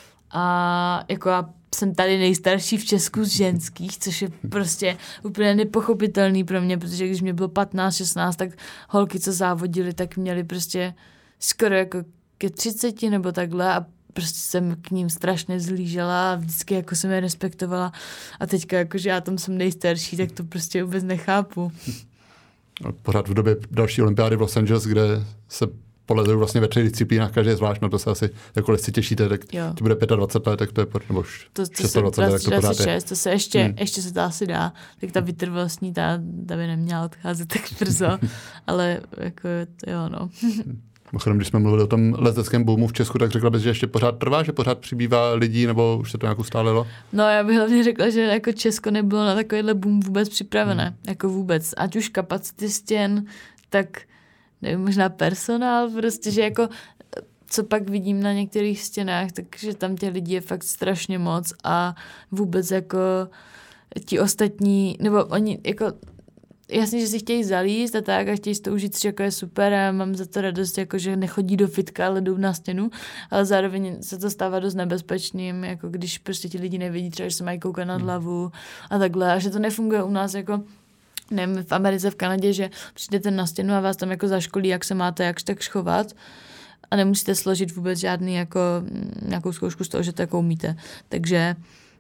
Speaker 3: A jako já jsem tady nejstarší v Česku z ženských, což je prostě úplně nepochopitelný pro mě, protože když mě bylo 15, 16, tak holky, co závodily, tak měly prostě skoro jako ke 30 nebo takhle a prostě jsem k ním strašně zlížela a vždycky jako jsem je respektovala a teďka jakože já tam jsem nejstarší, tak to prostě vůbec nechápu.
Speaker 2: Pořád v době další olympiády v Los Angeles, kde se polezují vlastně ve 3 disciplínách, každý je zvlášť, no to se asi jako si těšíte, tak ti bude 25 let, tak to je nebo už 26 let, tak to pořád je.
Speaker 3: To se ještě se to asi dá, tak ta vytrvalostní, ta by neměla odcházet tak brzo, ale jako jo, no.
Speaker 2: Mimochodem, když jsme mluvili o tom lezeckém boomu v Česku, tak řekla bys, že ještě pořád trvá, že pořád přibývá lidí, nebo už se to nějak ustálilo?
Speaker 3: No, já bych hlavně řekla, že jako Česko nebylo na takovýhle boom vůbec připravené, jako vůbec. Ať už kapacity stěn, tak nevím, možná personál, prostě, že jako co pak vidím na některých stěnách, takže tam těch lidí je fakt strašně moc a vůbec jako ti ostatní, nebo oni jako jasně, že si chtějí zalíst a tak a chtějí si to užít, že jako je super a mám za to radost, jako že nechodí do fitka, ale jdou na stěnu, ale zároveň se to stává dost nebezpečným, jako když prostě ti lidi nevědí třeba, že se mají koukat nad hlavu a takhle a že to nefunguje u nás jako nevím, v Americe, v Kanadě, že přijdete na stěnu a vás tam jako zaškolí, jak se máte jakž tak chovat a nemusíte složit vůbec žádný jako nějakou zkoušku z toho, že to jako umíte. Takže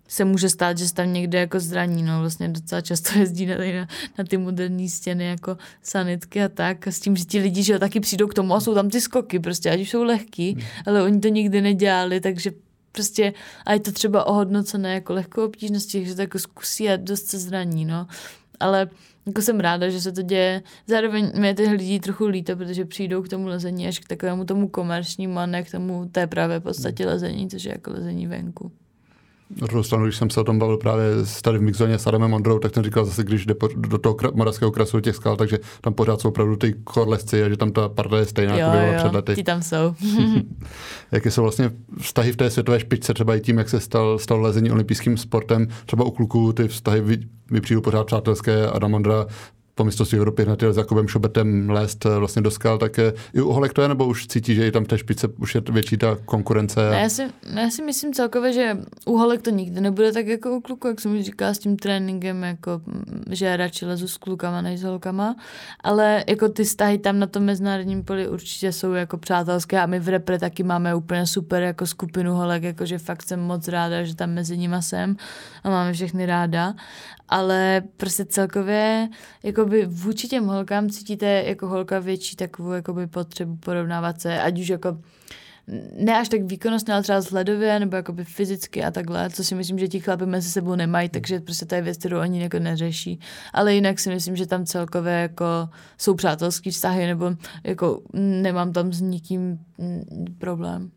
Speaker 3: se může stát, že se tam někde jako zraní, no vlastně docela často jezdí na ty moderní stěny jako sanitky a tak, a s tím, že ti lidi, že jo, taky přijdou k tomu a jsou tam ty skoky prostě, ať už jsou lehký, ale oni to nikdy nedělali, takže prostě, a je to třeba ohodnocené jako lehkou obtížností, že to jako zkusí a dost se zraní, no, ale jako jsem ráda, že se to děje. Zároveň mě těch lidí trochu líto, protože přijdou k tomu lezení až k takovému tomu komerčnímu a ne k tomu té právě podstatě lezení, což je jako lezení venku.
Speaker 2: Na druhou stranu, když jsem se o tom bavil právě tady v Mixzóně s Adamem Ondrou, tak ten říkal zase, když jde do toho moravského krasu těch skal, takže tam pořád jsou opravdu ty korlesci a že tam ta parta je stejná, jako byla před lety.
Speaker 3: Ti tam jsou.
Speaker 2: Jaké jsou vlastně vztahy v té světové špičce, třeba i tím, jak se stal lezení olympijským sportem, třeba u kluků ty vztahy mi přijdou pořád přátelské. Adam Ondra po mistrovství Evropy hned s Jakubem Šobetem lézt vlastně do skal, tak i u holek to je, nebo už cítí, že i tam v té špičce už je větší ta konkurence?
Speaker 3: Já si myslím celkově, že u holek to nikdy nebude tak jako u kluku, jak jsem už říkala s tím tréninkem, jako, že já radši lezu s klukama než s holkama, ale jako ty vztahy tam na tom mezinárodním poli určitě jsou jako přátelské a my v repre taky máme úplně super jako skupinu holek, jakože fakt jsem moc ráda, že tam mezi nima jsem a máme všechny ráda, ale prostě celkově jakoby vůči těm holkám cítíte jako holka větší takovou jakoby potřebu porovnávat se, ať už jako ne až tak výkonnostně, ale třeba vzhledově nebo jakoby fyzicky a takhle, co si myslím, že ti chlapi mezi sebou nemají, takže prostě to je věc, kterou oni jako neřeší. Ale jinak si myslím, že tam celkově jako jsou přátelský vztahy nebo jako nemám tam s nikým problém.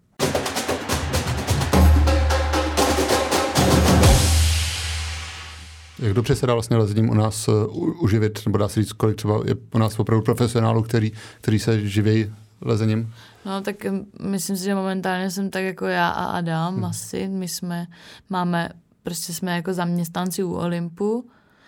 Speaker 2: Jak dobře se dá vlastně lezením u nás uživit, nebo dá se říct, kolik třeba je u nás opravdu profesionálů, který se živí lezením?
Speaker 3: No tak myslím si, že momentálně jsem tak jako já a Adam asi. My jsme jako zaměstnanci u Olympu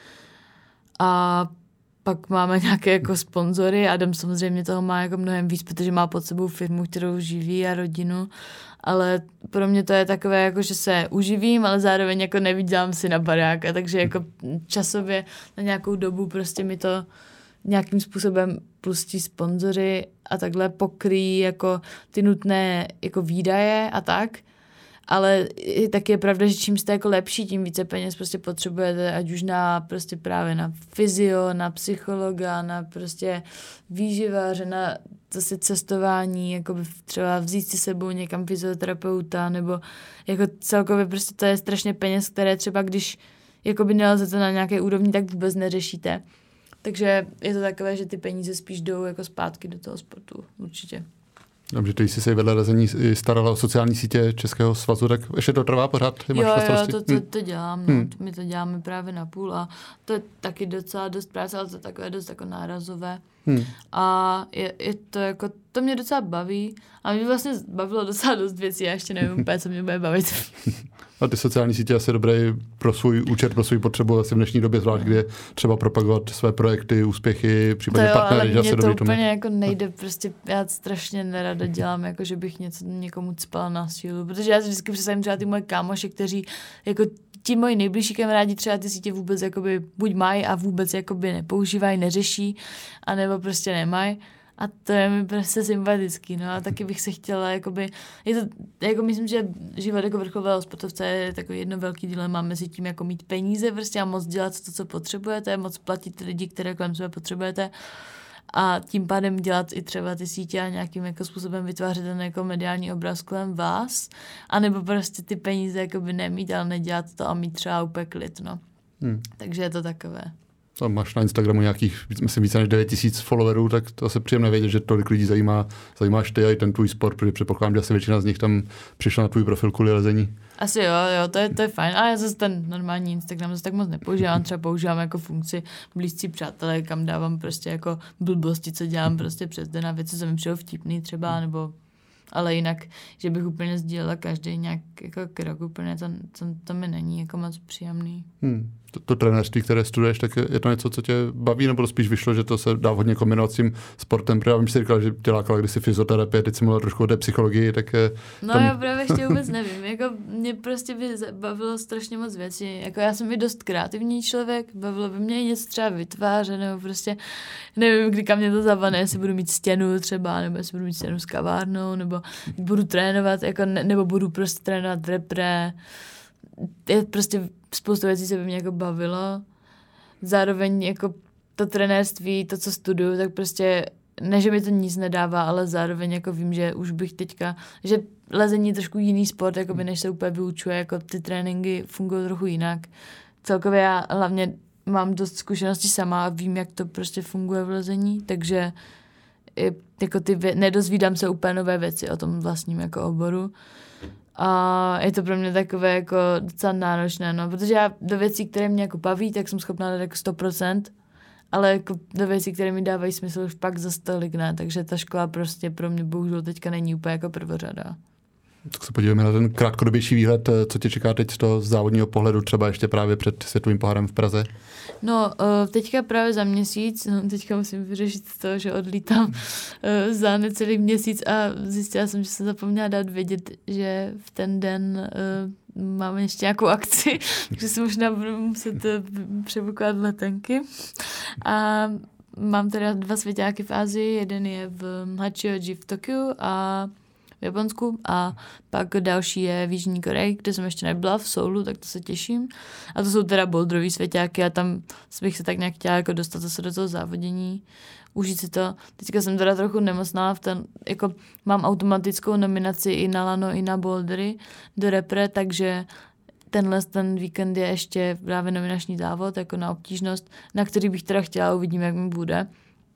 Speaker 3: a pak máme nějaké jako sponzory. Adam samozřejmě toho má jako mnohem víc, protože má pod sebou firmu, kterou živí a rodinu. Ale pro mě to je takové, jako, že se uživím, ale zároveň jako nevydělám si na baráka, takže jako časově na nějakou dobu prostě mi to nějakým způsobem plus ti sponzory a takhle pokryjí jako ty nutné jako výdaje a tak. Ale tak je pravda, že čím jste jako lepší, tím více peněz prostě potřebujete, ať už na prostě právě na fyzio, na psychologa, na prostě výživáře, na zase cestování, jako třeba vzít si sebou někam fyzioterapeuta, nebo jako celkově prostě to je strašně peněz, které třeba když jakoby nelezete na nějaké úrovni, tak vůbec neřešíte. Takže je to takové, že ty peníze spíš jdou jako zpátky do toho sportu, určitě.
Speaker 2: Dobře, ty jsi se vedle lezení starala o sociální sítě Českého svazu, tak ještě to trvá pořád?
Speaker 3: Jo, to dělám, no. My to děláme právě na půl a to je taky docela dost práce, ale to je takové dost jako nárazové. A je to jako, to mě docela baví a mě vlastně bavilo docela dost věcí, já ještě nevím úplně, co mě bude bavit.
Speaker 2: A ty sociální sítě asi dobré pro svůj účet, pro svou potřebu asi v dnešní době, zvlášť kde třeba propagovat své projekty, úspěchy, případně partnery, že se dobrý tomu.
Speaker 3: Úplně jako nejde, prostě já strašně nerada dělám, jako že bych něco někomu cpala na sílu, protože já si vždycky představím třeba ty moje kámoši, kteří jako ti moji nejbližší kamarádi třeba ty sítě vůbec jakoby buď mají a vůbec jakoby nepoužívají, neřeší, anebo prostě nemají. A to je mi prostě sympatický, no a taky bych se chtěla, jakoby, je to, jako myslím, že život jako vrcholového sportovce je takový jedno velký dilema mezi tím, jako mít peníze prostě a moc dělat to, co potřebujete, moc platit lidi, které kolem sebe potřebujete a tím pádem dělat i třeba ty sítě a nějakým jako způsobem vytvářet ten jako mediální obraz kolem vás, anebo prostě ty peníze jakoby nemít, ale nedělat to a mít třeba úplně klid, no. Takže je to takové.
Speaker 2: A máš na Instagramu nějakých, myslím, více než 9000 followerů, tak to asi příjemné vědět, že tolik lidí zajímáš ty a i ten tvůj sport, protože předpokládám, že asi většina z nich tam přišla na tvůj profil kvůli lezení.
Speaker 3: Asi jo, to je fajn. A já zase ten normální Instagram zase tak moc nepoužívám, třeba používám jako funkci blízcí přátelé, kam dávám prostě jako blbosti, co dělám prostě přes den a věci, co mi přijde vtipný třeba, nebo ale jinak, že bych úplně sdílela každý nějak jako krok, úplně to mi není jako moc příjemný.
Speaker 2: To trenérství, které studuješ, tak je to něco, co tě baví, nebo to spíš vyšlo, že to se dá hodně kombinovat s tím sportem? Protože já vím, že jsi říkal, že tě lákala kdysi fyzioterapie, teď jsi mluvila trošku o té psychologii, tak...
Speaker 3: No já právě ještě vůbec nevím, jako mě prostě by bavilo strašně moc věcí, jako já jsem i dost kreativní člověk, bavilo by mě něco třeba vytvářet, nebo prostě nevím, kdy kam mě to zavane, jestli budu mít stěnu třeba, nebo jestli budu mít stěnu s kavárnou, nebo budu trénovat, jako nebo budu prostě trénovat v repre. je prostě spoustu věcí, co by mě jako bavilo. Zároveň jako to trenérství, to, co studuju, tak prostě ne, že mi to nic nedává, ale zároveň jako vím, že už bych teďka, že lezení je trošku jiný sport, jakoby, než se úplně vyučuje, jako ty tréninky fungují trochu jinak. Celkově já hlavně mám dost zkušeností sama a vím, jak to prostě funguje v lezení, takže jako nedozvídám se úplně nové věci o tom vlastním jako oboru. A je to pro mě takové jako docela náročné, no, protože já do věcí, které mě jako baví, tak jsem schopná dát jako 100%, ale jako do věcí, které mi dávají smysl, už pak zase tolik ne, takže ta škola prostě pro mě bohužel teďka není úplně jako prvořada.
Speaker 2: Tak se podíváme na ten krátkodobější výhled, co tě čeká teď z toho závodního pohledu, třeba ještě právě před světovým pohárem v Praze?
Speaker 3: No, teďka právě za měsíc, teďka musím vyřešit to, že odlítám za necelý měsíc a zjistila jsem, že jsem zapomněla dát vědět, že v ten den máme ještě nějakou akci, takže si možná budu muset přebukovat letenky. A mám teda 2 svěťáky v Asii, jeden je v Hachioji v Tokiu a v Japonsku a pak další je v Jižní Koreji, kde jsem ještě nebyla, v Soulu, tak to se těším. A to jsou teda boulderový svěťáky a tam bych se tak nějak chtěla jako dostat zase do toho závodění, užít si to. Teďka jsem teda trochu nemocná, jako mám automatickou nominaci i na lano, i na bouldery do repre, takže ten víkend je ještě právě nominační závod, jako na obtížnost, na který bych teda chtěla, uvidím, jak mi bude.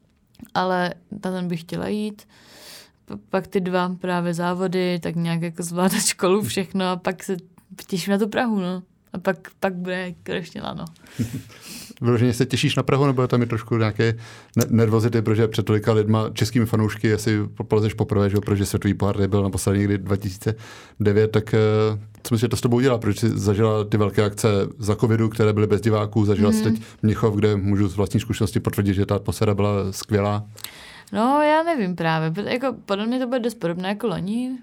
Speaker 3: Ale na ten bych chtěla jít. Pak ty 2 právě závody, tak nějak jako zvládat školu, všechno a pak se těším na tu Prahu, no. A pak bude konečně lano.
Speaker 2: Vyloženě se těšíš na Prahu, nebo je tam i trošku nějaké nervozity, protože před tolika lidma, českými fanoušky, asi polezeš poprvé, že? Protože světový pohár byl naposledy někdy 2009, tak co myslíš, že to s tobou dělá? Protože jsi zažila ty velké akce za covidu, které byly bez diváků, zažila jsi teď Mnichov, kde můžu z vlastní zkušenosti potvrdit, že ta atmosféra byla skvělá.
Speaker 3: No, já nevím právě, jako podle mě to bude dost podobné jako loni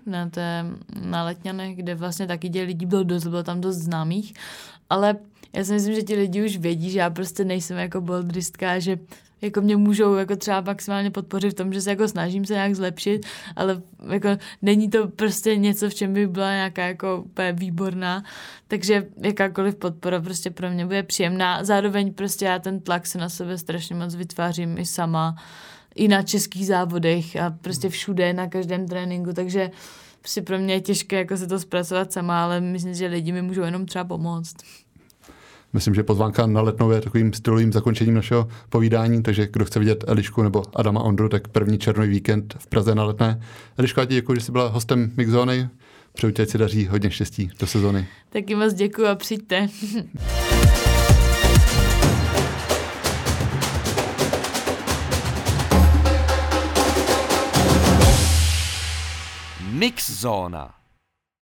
Speaker 3: na Letňanech, kde vlastně taky těch lidí bylo tam dost známých, ale já si myslím, že ti lidi už vědí, že já prostě nejsem jako boulderistka, že jako mě můžou jako třeba maximálně podpořit v tom, že se jako snažím se nějak zlepšit, ale jako není to prostě něco, v čem by byla nějaká jako úplně výborná, takže jakákoliv podpora prostě pro mě bude příjemná. Zároveň prostě já ten tlak se na sebe strašně moc vytvářím i sama, i na českých závodech a prostě všude, na každém tréninku, takže prostě pro mě je těžké jako se to zpracovat sama, ale myslím, že lidi mi můžou jenom třeba pomoct.
Speaker 2: Myslím, že pozvánka na Letnou je takovým stylovým zakončením našeho povídání, takže kdo chce vidět Elišku nebo Adama Ondru, tak první červnový víkend v Praze na Letné. Eliško, já ti děkuji, že jsi byla hostem Mixzóny. Přeju ti, ať si daří, hodně štěstí do sezony.
Speaker 3: Taky moc děkuji a přijďte.
Speaker 1: Mixzóna.